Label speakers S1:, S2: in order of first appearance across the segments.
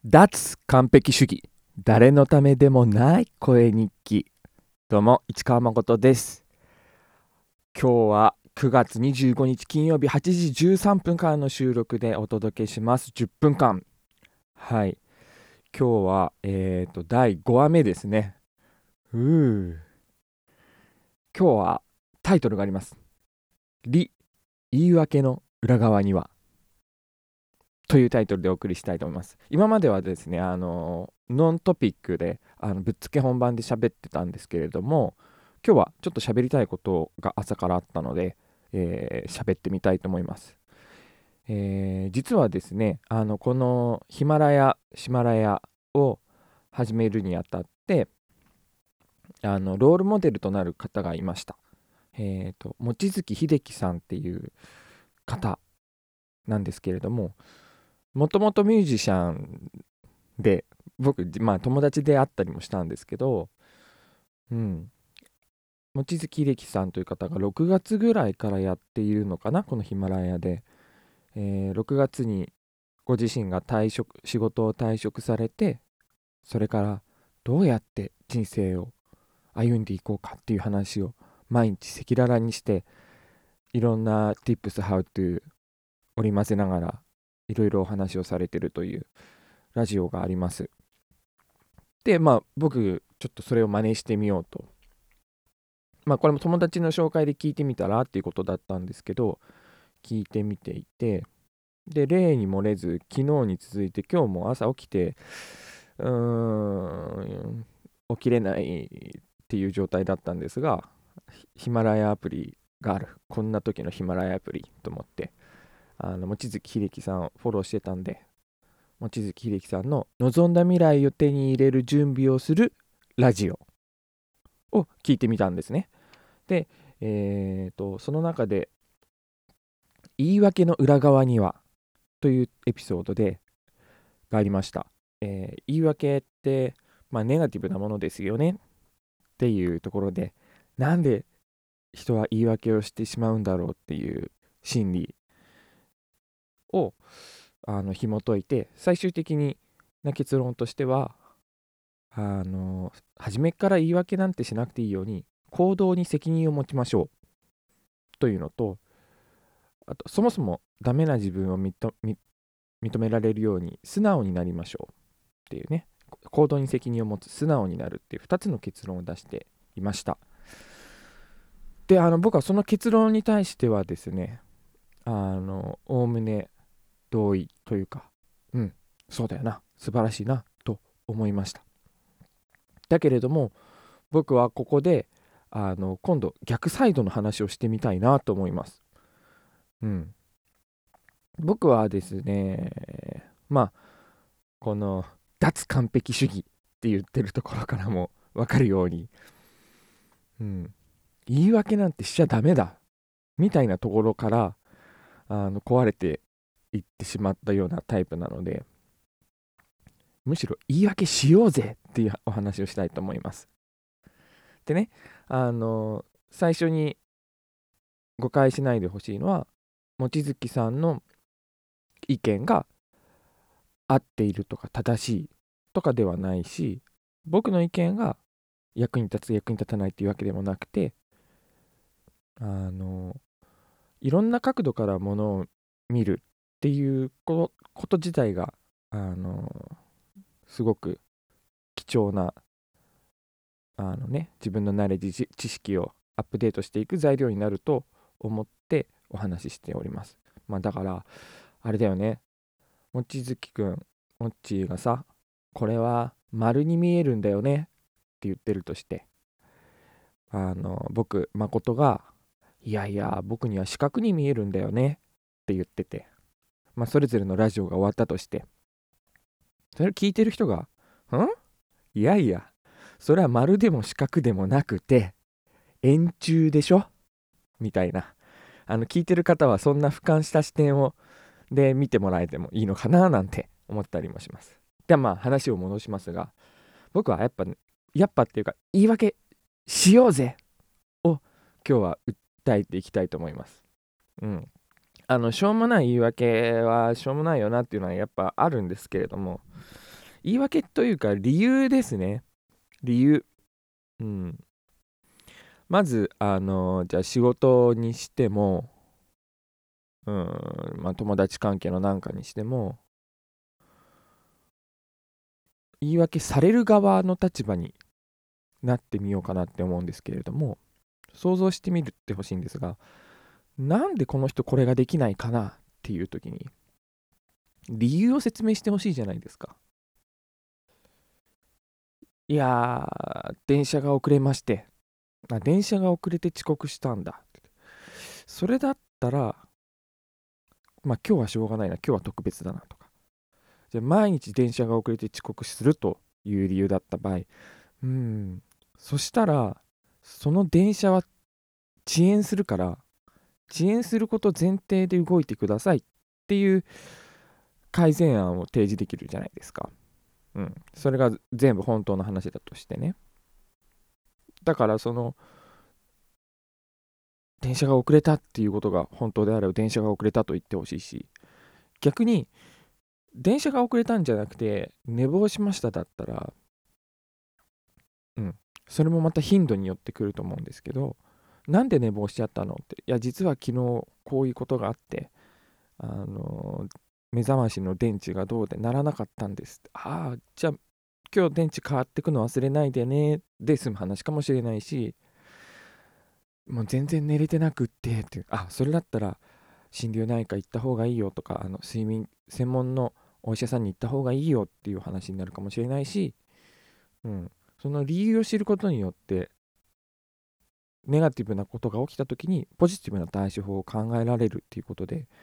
S1: 脱完璧主義、誰のためでもない声日記。どうも市川誠です。今日は9月25日金曜日8時13分からの収録でお届けします。10分間。はい、今日は第5話目ですね。今日はタイトルがあります。言い訳の裏側にはというタイトルでお送りしたいと思います。今まではですね、ノントピックでぶっつけ本番で喋ってたんですけれども、今日はちょっと喋りたいことが朝からあったので、喋ってみたいと思います。実はですね、このヒマラヤを始めるにあたって、ロールモデルとなる方がいました。望月秀樹さんっていう方なんですけれども、もともとミュージシャンで、僕、友達であったりもしたんですけど、望月秀樹さんという方が6月ぐらいからやっているのかな、このヒマラヤで。6月にご自身が仕事を退職されて、それからどうやって人生を歩んでいこうかっていう話を毎日赤裸々にして、いろんな Tips How to 織り交ぜながらいろいろお話をされているというラジオがあります。で、僕ちょっとそれを真似してみようと。これも友達の紹介で聞いてみたらっていうことだったんですけど、聞いてみていて、で、例に漏れず、昨日に続いて今日も朝起きて、起きれないっていう状態だったんですが、ヒマラヤアプリがある。こんな時のヒマラヤアプリと思って、望月秀樹さんをフォローしてたんで、望月秀樹さんの望んだ未来を手に入れる準備をするラジオを聞いてみたんですね。で、その中で言い訳の裏側にはというエピソードがありました。言い訳って、ネガティブなものですよねっていうところで、なんで人は言い訳をしてしまうんだろうっていう心理を紐解いて、最終的な結論としては、初めから言い訳なんてしなくていいように行動に責任を持ちましょうというのと、あとそもそもダメな自分を認められるように素直になりましょうっていうね、行動に責任を持つ、素直になるっていう2つの結論を出していました。で、僕はその結論に対してはですね、おおむね同意というか、そうだよな、素晴らしいなと思いました。だけれども、僕はここで今度逆サイドの話をしてみたいなと思います。僕はですね、この脱完璧主義って言ってるところからも分かるように、言い訳なんてしちゃダメだみたいなところから壊れていってしまったようなタイプなので、むしろ言い訳しようぜっていうお話をしたいと思います。でね、最初に誤解しないでほしいのは、望月さんの意見が合っているとか正しいとかではないし、僕の意見が役に立つ役に立たないっていうわけでもなくて、いろんな角度からものを見るっていうこと自体がすごく貴重な自分のナレッジ知識をアップデートしていく材料になると思ってお話ししております。だからあれだよね、望月くん、もっちーがさ、これは丸に見えるんだよねって言ってるとして、僕誠がいやいや僕には四角に見えるんだよねって言ってて、それぞれのラジオが終わったとして、それを聞いてる人がいやいや、それは丸でも四角でもなくて円柱でしょみたいな、聞いてる方はそんな俯瞰した視点で見てもらえてもいいのかななんて思ったりもします。では話を戻しますが、僕はやっぱっていうか言い訳しようぜを今日は訴えていきたいと思います。しょうもない言い訳はしょうもないよなっていうのはやっぱあるんですけれども、 言い訳というか理由ですね。理由。うん。まずじゃあ仕事にしても、友達関係のなんかにしても、言い訳される側の立場になってみようかなって思うんですけれども、想像してみるってほしいんですが、なんでこの人これができないかなっていう時に理由を説明してほしいじゃないですか。いやー、電車が遅れまして、電車が遅れて遅刻したんだ。それだったら、今日はしょうがないな、今日は特別だなとか。じゃあ毎日電車が遅れて遅刻するという理由だった場合、そしたら、その電車は遅延するから、遅延すること前提で動いてくださいっていう改善案を提示できるじゃないですか。それが全部本当の話だとしてね。だから電車が遅れたっていうことが本当であれば電車が遅れたと言ってほしいし、逆に電車が遅れたんじゃなくて寝坊しましただったら、それもまた頻度によってくると思うんですけど、なんで寝坊しちゃったのって、いや実は昨日こういうことがあって、目覚ましの電池がどうで鳴らなかったんです。ああ、じゃあ今日電池変わってくの忘れないでねで済む話かもしれないし、もう全然寝れてなくってそれだったら心療内科行った方がいいよとか、睡眠専門のお医者さんに行った方がいいよっていう話になるかもしれないし、その理由を知ることによってネガティブなことが起きた時にポジティブな対処法を考えられるっていうことで、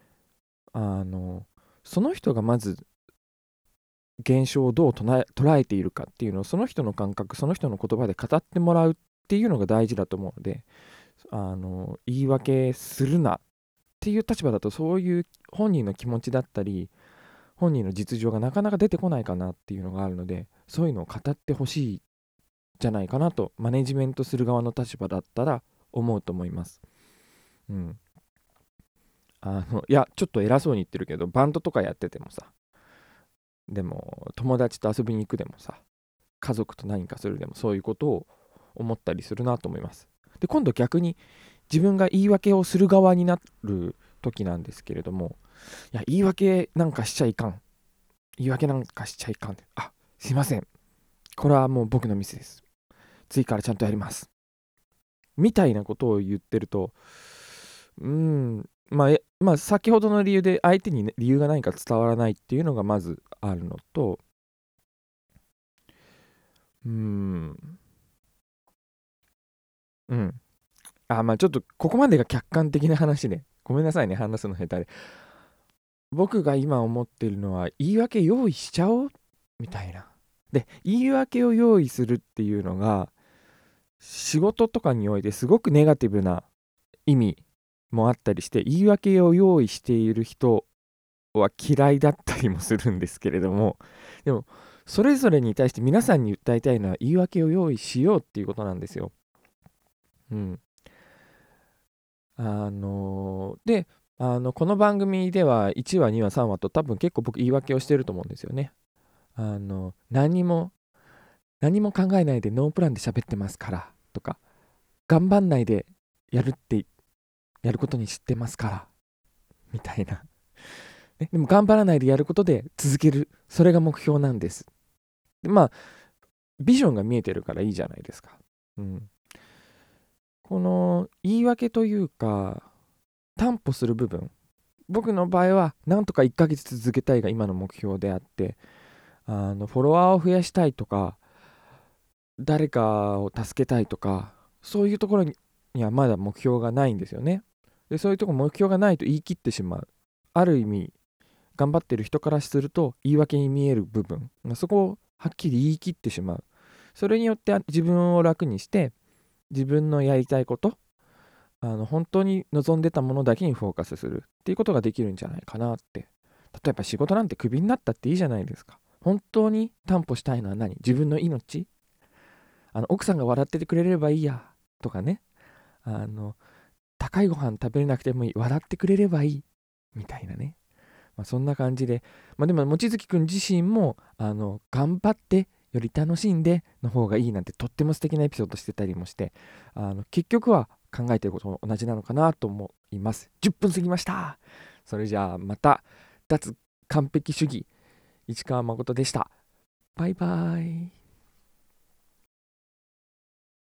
S1: その人がまず現象をどう捉えているかっていうのをその人の感覚、その人の言葉で語ってもらうっていうのが大事だと思うので、言い訳するなっていう立場だと、そういう本人の気持ちだったり本人の実情がなかなか出てこないかなっていうのがあるので、そういうのを語ってほしいじゃないかなとマネジメントする側の立場だったら思うと思います。いやちょっと偉そうに言ってるけど、バンドとかやっててもさ、でも友達と遊びに行くでもさ、家族と何かするでもそういうことを思ったりするなと思います。で今度逆に自分が言い訳をする側になる時なんですけれども、いや言い訳なんかしちゃいかん、言い訳なんかしちゃいかん、すいません、これはもう僕のミスです、次からちゃんとやりますみたいなことを言ってると、先ほどの理由で相手に、理由が何か伝わらないっていうのがまずあるのと、ちょっとここまでが客観的な話で、ごめんなさいね、話すの下手で。僕が今思ってるのは、言い訳用意しちゃおうみたいな。で、言い訳を用意するっていうのが、仕事とかにおいてすごくネガティブな意味もあったりして、言い訳を用意している人は嫌いだったりもするんですけれども、でも、それぞれに対して皆さんに訴えたいのは、言い訳を用意しようっていうことなんですよ。で、この番組では1話、2話、3話と多分結構僕言い訳をしてると思うんですよね。何も考えないでノープランで喋ってますからとか、頑張んないでやることに知ってますからみたいな。でも頑張らないでやることで続ける。それが目標なんです。でビジョンが見えてるからいいじゃないですか。この言い訳というか、担保する部分。僕の場合は、なんとか1ヶ月続けたいが今の目標であって、フォロワーを増やしたいとか、誰かを助けたいとか、そういうところにはまだ目標がないんですよね。で、そういうところ目標がないと言い切ってしまう。ある意味、頑張ってる人からすると言い訳に見える部分、そこをはっきり言い切ってしまう。それによって自分を楽にして、自分のやりたいこと、本当に望んでたものだけにフォーカスするっていうことができるんじゃないかなって。例えば仕事なんてクビになったっていいじゃないですか。本当に担保したいのは何？自分の命？奥さんが笑っててくれればいいやとかね。高いご飯食べれなくてもいい。笑ってくれればいい。みたいなね。 そんな感じで、でも望月くん自身も頑張ってより楽しんでの方がいいなんてとっても素敵なエピソードしてたりもして、結局は考えていることも同じなのかなと思います。10分過ぎました。それじゃあまた。脱完璧主義市川誠でした。バイバイ。